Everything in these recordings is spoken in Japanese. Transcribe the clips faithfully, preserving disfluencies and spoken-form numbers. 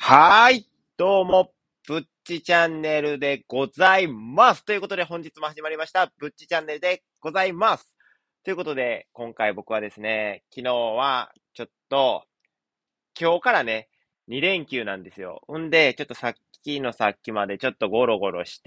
はーい。どうも、ぶっちチャンネルでございます。ということで、本日も始まりました、ぶっちチャンネルでございます。ということで、今回僕はですね、昨日は、ちょっと、今日からね、に連休なんですよ。んで、ちょっとさっきのさっきまでちょっとゴロゴロして、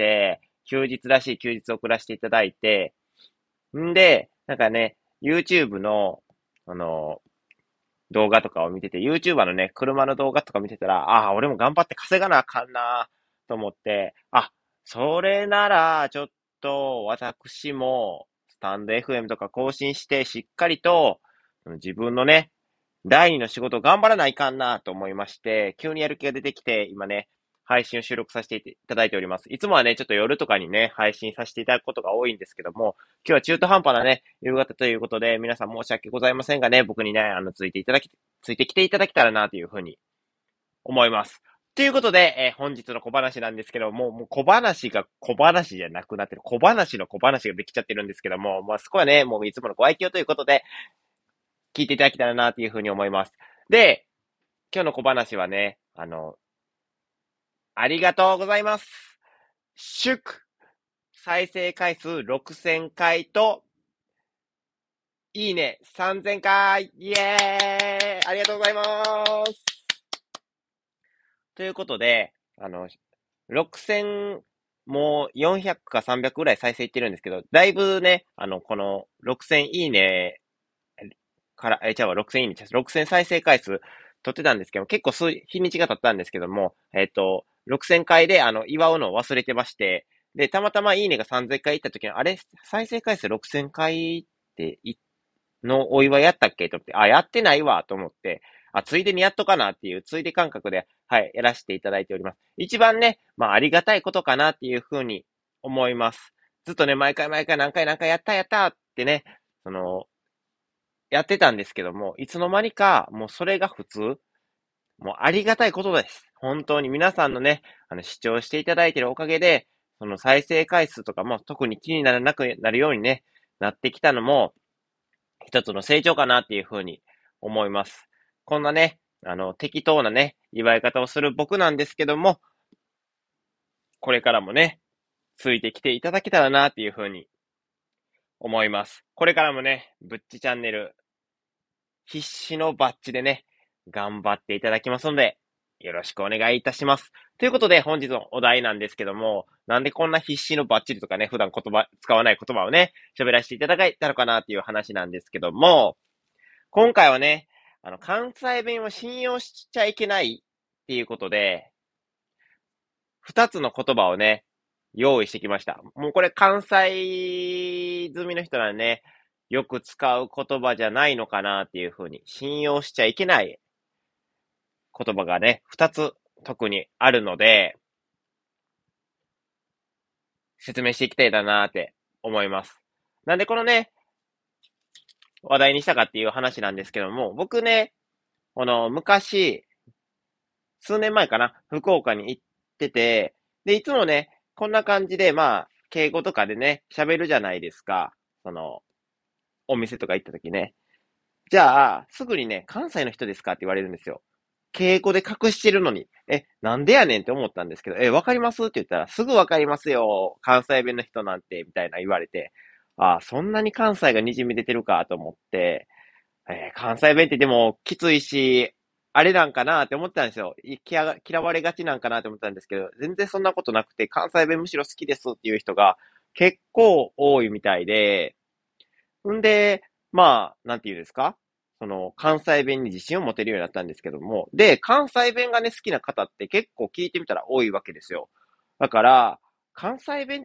休日らしい休日を送らせていただいて、んで、なんかね、YouTube の、あの、動画とかを見てて、YouTuber のね、車の動画とか見てたら、ああ、俺も頑張って稼がなあかんなと思って、あ、それなら、ちょっと、私も、スタンド エフエム とか更新して、しっかりと、自分のね、第二の仕事を頑張らないかんなと思いまして、急にやる気が出てきて、今ね、配信を収録させていただいております。いつもはね、ちょっと夜とかにね、配信させていただくことが多いんですけども、今日は中途半端なね、夕方ということで、皆さん申し訳ございませんがね、僕にね、あの、ついていただき、ついてきていただけたらなというふうに思います。ということで、えー本日の小話なんですけども、もう小話が小話じゃなくなってる、小話の小話ができちゃってるんですけども、まあそこはね、もういつものご愛嬌ということで、聞いていただけたらなというふうに思います。で、今日の小話はね、あの、ありがとうございます。祝再生回数ろくせんかいと、いいねさんぜんかいイエーイありがとうございます。ということで、あの、ろくせん、もうよんひゃくかさんびゃくぐらい再生いってるんですけど、だいぶね、あの、このろくせんいいねから、え、違うわ、ろくせんいいね、ろくせん再生回数取ってたんですけど、結構数、日にちが経ったんですけども、えっと、ろくせんかいで、あの、祝うのを忘れてまして、で、たまたまいいねがさんぜんかいいった時に、あれ再生回数ろくせんかいってい、のお祝いやったっけと思って、あ、やってないわ、と思って、あ、ついでにやっとかなっていう、ついで感覚で、はい、やらせていただいております。一番ね、まあ、ありがたいことかなっていうふうに思います。ずっとね、毎回毎回何回何回やったやったってね、その、やってたんですけども、いつの間にか、もうそれが普通、もうありがたいことです。本当に皆さんのね、あの、視聴していただいているおかげで、その再生回数とかも特に気にならなくなるようにね、なってきたのも、一つの成長かなっていうふうに思います。こんなね、あの、適当なね、祝い方をする僕なんですけども、これからもね、ついてきていただけたらなっていうふうに思います。これからもね、ぶっちチャンネル、必死のバッジでね、頑張っていただきますので、よろしくお願いいたします。ということで、本日のお題なんですけども、なんでこんな必死のバッチリとかね、普段言葉、使わない言葉をね、喋らせていただいたのかなっていう話なんですけども、今回はね、あの、関西弁を信用しちゃいけないっていうことで、二つの言葉をね、用意してきました。もうこれ関西済みの人はね、よく使う言葉じゃないのかなっていうふうに、信用しちゃいけない言葉がね、二つ特にあるので、説明していきたいだなって思います。なんでこのね、話題にしたかっていう話なんですけども、僕ね、この昔、数年前かな、福岡に行ってて、で、いつもね、こんな感じで、まあ、敬語とかでね、喋るじゃないですか。その、お店とか行った時ね。じゃあ、すぐにね、関西の人ですかって言われるんですよ。敬語で隠してるのに。え、なんでやねんって思ったんですけど、え、わかりますって言ったら、すぐわかりますよ。関西弁の人なんて、みたいな言われて。ああ、そんなに関西が滲み出てるかと思って、えー関西弁ってでもきついし、あれなんかなって思ったんですよ。い嫌嫌われがちなんかなって思ったんですけど、全然そんなことなくて、関西弁むしろ好きですっていう人が結構多いみたいで、んで、まあ、なんて言うんですかその、関西弁に自信を持てるようになったんですけども、で、関西弁がね、好きな方って結構聞いてみたら多いわけですよ。だから、関西弁って、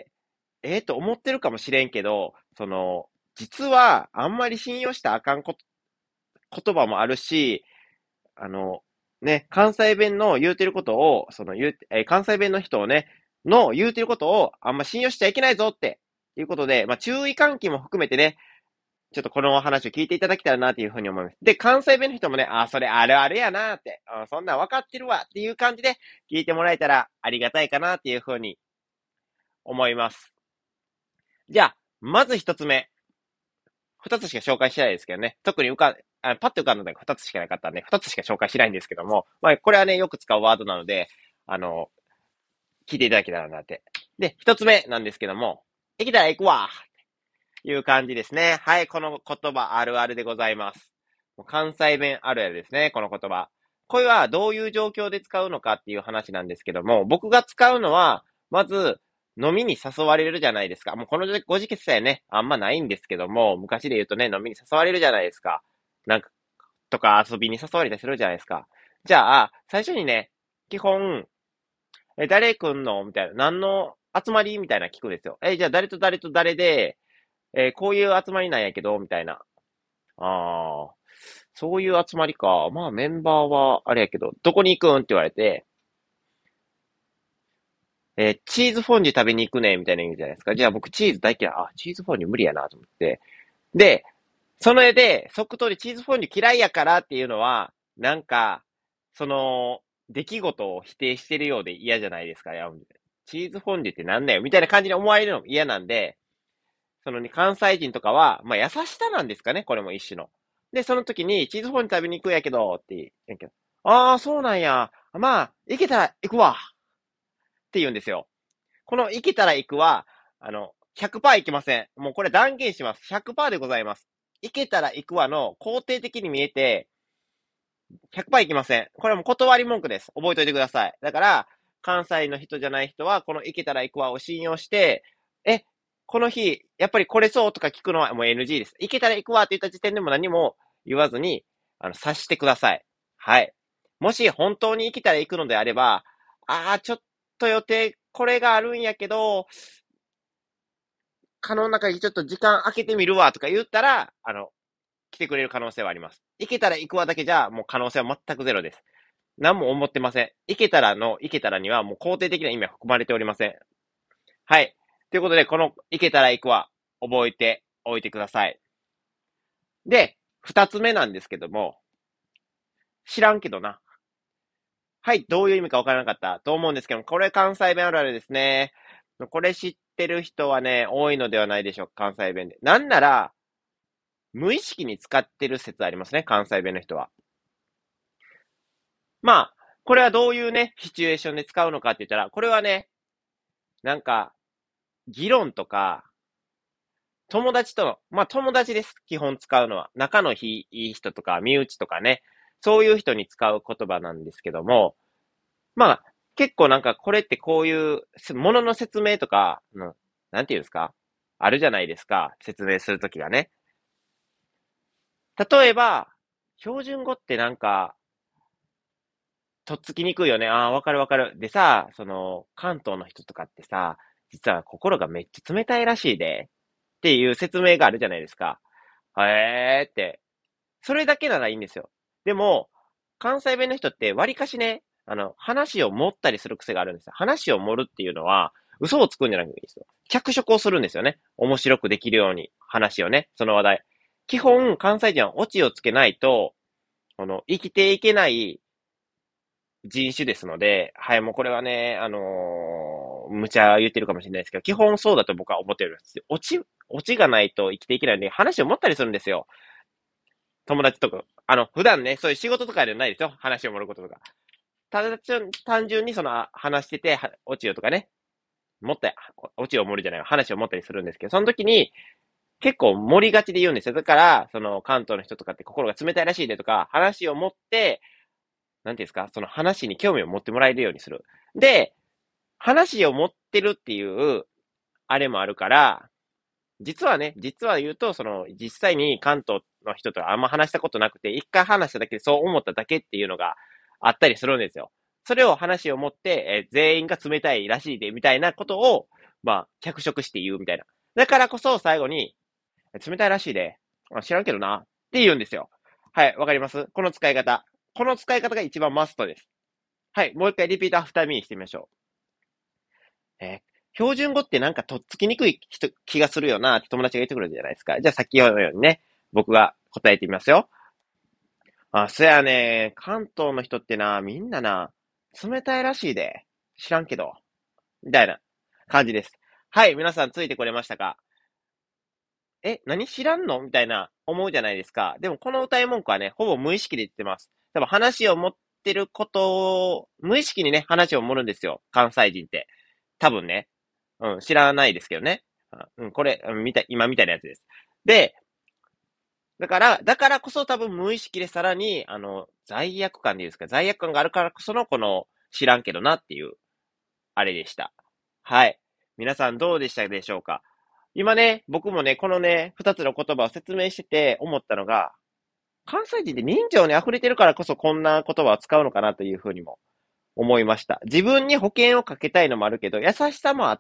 ええと思ってるかもしれんけど、その、実はあんまり信用したらあかんこと言葉もあるし、あの、ね、関西弁の言うてることを、その言う、えー関西弁の人をね、の言うてることをあんま信用しちゃいけないぞっていうことで、まあ注意喚起も含めてね、ちょっとこの話を聞いていただけたらなというふうに思います。で、関西弁の人もね、あ、それあるあるやなって、あそんなん分かってるわっていう感じで聞いてもらえたらありがたいかなっていうふうに思います。じゃあ、まず一つ目。二つしか紹介してないですけどね。特に浮か、 あパッと浮かんだのがふたつしかなかったんで、ふたつしか紹介しないんですけども、まあ、これはね、よく使うワードなので、あの、聞いていただけたらなって。で、ひとつめなんですけども、行きたら行くわという感じですね。はい、この言葉あるあるでございます。関西弁あるあるですね、この言葉。これはどういう状況で使うのかっていう話なんですけども、僕が使うのは、まず、飲みに誘われるじゃないですか。もうこのご時期さえね、あんまないんですけども、昔で言うとね、飲みに誘われるじゃないですか。なんか、とか遊びに誘われたりするじゃないですか。じゃあ、最初にね、基本、え、誰来んのみたいな。何の集まりみたいな聞くんですよ。え、じゃあ誰と誰と誰で、えーこういう集まりなんやけどみたいな。ああ、そういう集まりか。まあメンバーはあれやけど、どこに行くんって言われて、えーチーズフォンデュ食べに行くねみたいな意味じゃないですか。じゃあ僕チーズ大嫌い。あ、チーズフォンデュ無理やなと思って。で、その絵で、即答でチーズフォンデュ嫌いやからっていうのは、なんか、その、出来事を否定してるようで嫌じゃないですか。いやチーズフォンデュってなんだよみたいな感じに思われるのも嫌なんで、そのね、関西人とかは、まあ優しさなんですかね、これも一種の。で、その時に、チーズフォンデュ食べに行くんやけど、って言うけど、ああ、そうなんや。まあ、行けたら行くわ。って言うんですよ。この行けたら行くは、あの、ひゃくパーセント行きません。もうこれ断言します。ひゃくパーセントでございます。行けたら行くわの肯定的に見えて、ひゃくパーセント行きません。これはもう断り文句です。覚えておいてください。だから、関西の人じゃない人は、この行けたら行くわを信用して、え、この日、やっぱり来れそうとか聞くのはもう エヌジー です。行けたら行くわって言った時点でも何も言わずに、あの、察してください。はい。もし本当に行けたら行くのであれば、ああ、ちょっと予定、これがあるんやけど、可能な中にちょっと時間空けてみるわとか言ったら、あの、来てくれる可能性はあります。行けたら行くわだけじゃ、もう可能性は全くゼロです。何も思ってません。行けたらの、行けたらにはもう肯定的な意味は含まれておりません。はい。ということで、この行けたら行くは覚えておいてください。で、二つ目なんですけども、知らんけどな。はい、どういう意味かわからなかったと思うんですけども、これ関西弁あるあるですね。これ知ってる人はね、多いのではないでしょうか、関西弁で。なんなら、無意識に使ってる説ありますね、関西弁の人は。まあ、これはどういうね、シチュエーションで使うのかって言ったら、これはね、なんか、議論とか、友達との、まあ友達です。基本使うのは。仲のいい人とか、身内とかね。そういう人に使う言葉なんですけども、まあ、結構なんかこれってこういうものの説明とか、うん、なんていうんですかあるじゃないですか。説明するときがね。例えば、標準語ってなんか、とっつきにくいよね。ああ、わかるわかる。でさ、その、関東の人とかってさ、実は心がめっちゃ冷たいらしいで、っていう説明があるじゃないですか。へーって。それだけならいいんですよ。でも、関西弁の人って割かしね、あの、話を盛ったりする癖があるんですよ。話を盛るっていうのは、嘘をつくんじゃなくていいですよ。脚色をするんですよね。面白くできるように、話をね、その話題。基本、関西人はオチをつけないと、この、生きていけない人種ですので、はい、もうこれはね、あのー無茶言ってるかもしれないですけど、基本そうだと僕は思ってるんです。オチ、オチがないと生きていけないので、話を持ったりするんですよ。友達とか。あの、普段ね、そういう仕事とかではないですよ。話を盛ることとか。ただ、単純にその、話してて、オチをとかね、持って、オチを盛るじゃない話を持ったりするんですけど、その時に、結構盛りがちで言うんですよ。だから、その、関東の人とかって心が冷たいらしいでとか、話を持って、なんていうんですか、その話に興味を持ってもらえるようにする。で、話を持ってるっていう、あれもあるから、実はね、実は言うと、その、実際に関東の人とあんま話したことなくて、一回話しただけでそう思っただけっていうのがあったりするんですよ。それを話を持って、えー全員が冷たいらしいで、みたいなことを、まあ、脚色して言うみたいな。だからこそ最後に、冷たいらしいで、あ知らんけどな、って言うんですよ。はい、わかりますこの使い方。この使い方が一番マストです。はい、もう一回リピートアフターミーにしてみましょう。えー標準語ってなんかとっつきにくい人気がするよなって友達が言ってくるじゃないですか。じゃあ先ほどのようにね、僕が答えてみますよ。あ、そやね、関東の人ってな、みんなな、冷たいらしいで。知らんけど。みたいな感じです。はい、皆さんついてこれましたか？ え、何知らんのみたいな思うじゃないですか。でもこの歌い文句はね、ほぼ無意識で言ってます。多分話を持ってることを、無意識にね、話を盛るんですよ。関西人って。多分ね。うん、知らないですけどね。あうん、これ、うん、みたい、今みたいなやつです。で、だから、だからこそ多分無意識でさらに、あの、罪悪感でいうんですか、罪悪感があるからこそのこの、知らんけどなっていう、あれでした。はい。皆さんどうでしたでしょうか？今ね、僕もね、このね、二つの言葉を説明してて思ったのが、関西人って人情に溢れてるからこそこんな言葉を使うのかなというふうにも思いました。自分に保険をかけたいのもあるけど、優しさもあって、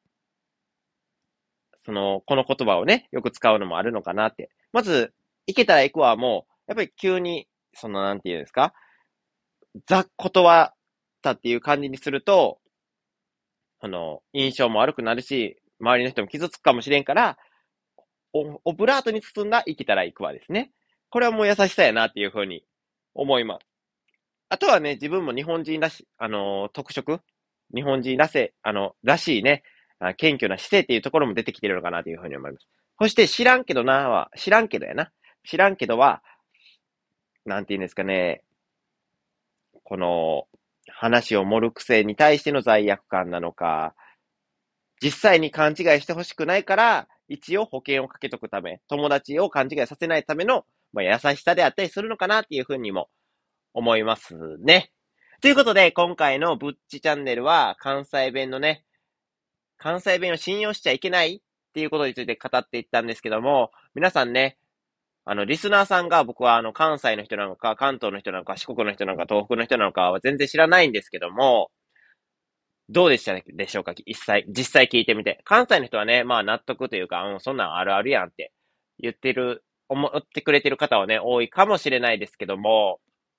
その、この言葉をね、よく使うのもあるのかなって。まず、行けたら行くはもう、やっぱり急に、その、なんていうんですか、ざ断ったっていう感じにすると、あの、印象も悪くなるし、周りの人も傷つくかもしれんから、オオブラートに包んだ生きたら行くわですね。これはもう優しさやなっていうふうに思います。あとはね、自分も日本人らし、あのー特色日本人らせ、あの、らしいね、あ謙虚な姿勢っていうところも出てきてるのかなというふうに思います。そして知らんけどなは、知らんけどやな。知らんけどは、なんて言うんですかね、この、話を盛る癖に対しての罪悪感なのか、実際に勘違いしてほしくないから、一応保険をかけとくため、友達を勘違いさせないための、まあ、優しさであったりするのかなっていうふうにも思いますね。ということで、今回のぶっちチャンネルは、関西弁のね、関西弁を信用しちゃいけないっていうことについて語っていったんですけども、皆さんね、あの、リスナーさんが僕はあの、関西の人なのか、関東の人なのか、四国の人なのか、東北の人なのかは全然知らないんですけども、どうでしたでしょうか実際、実際聞いてみて。関西の人はね、まあ納得というか、うん、そんなんあるあるやんって言ってる、思ってくれてる方はね、多いかもしれないですけども、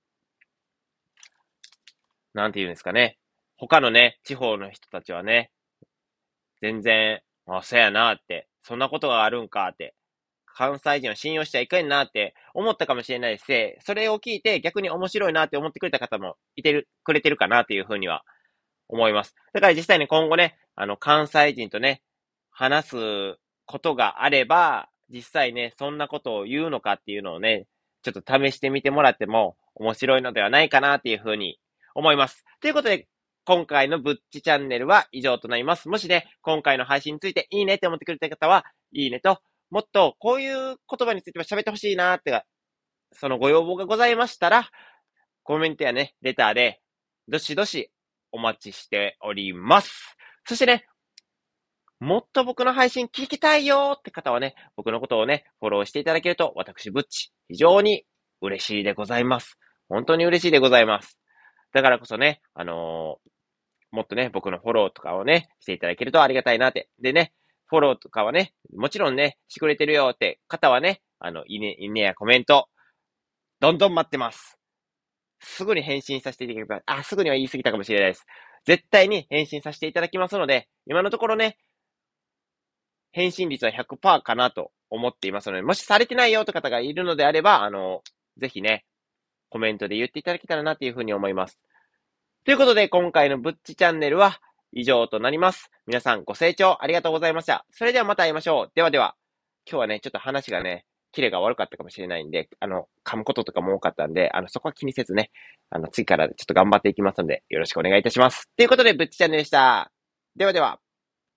なんて言うんですかね。他のね、地方の人たちはね、全然、あ、そうやなって、そんなことがあるんかって、関西人は信用しちゃいけんなって思ったかもしれないですし、それを聞いて逆に面白いなって思ってくれた方もいてる、くれてるかなというふうには思います。だから実際に今後ね、あの、関西人とね、話すことがあれば、実際ね、そんなことを言うのかっていうのをね、ちょっと試してみてもらっても面白いのではないかなっていうふうに思います。ということで、今回のぶっちチャンネルは以上となります。もしね、今回の配信についていいねって思ってくれた方は、いいねと、もっとこういう言葉についても喋ってほしいなって、そのご要望がございましたら、コメントやね、レターで、どしどしお待ちしております。そしてね、もっと僕の配信聞きたいよって方はね、僕のことをね、フォローしていただけると、私、ぶっち、非常に嬉しいでございます。本当に嬉しいでございます。だからこそね、あのーもっとね、僕のフォローとかをね、していただけるとありがたいなって。でね、フォローとかはね、もちろんね、してくれてるよって方はね、あの、いいね、いいねやコメント、どんどん待ってます。すぐに返信させていただきます。あ、すぐには言い過ぎたかもしれないです。絶対に返信させていただきますので、今のところね、返信率はひゃくパーセントかなと思っていますので、もしされてないよという方がいるのであれば、あの、ぜひね、コメントで言っていただけたらなというふうに思います。ということで、今回のぶっちチャンネルは以上となります。皆さんご清聴ありがとうございました。それではまた会いましょう。ではでは、今日はね、ちょっと話がね、キレが悪かったかもしれないんで、あの、噛むこととかも多かったんで、あの、そこは気にせずね、あの、次からちょっと頑張っていきますので、よろしくお願いいたします。ということで、ぶっちチャンネルでした。ではでは。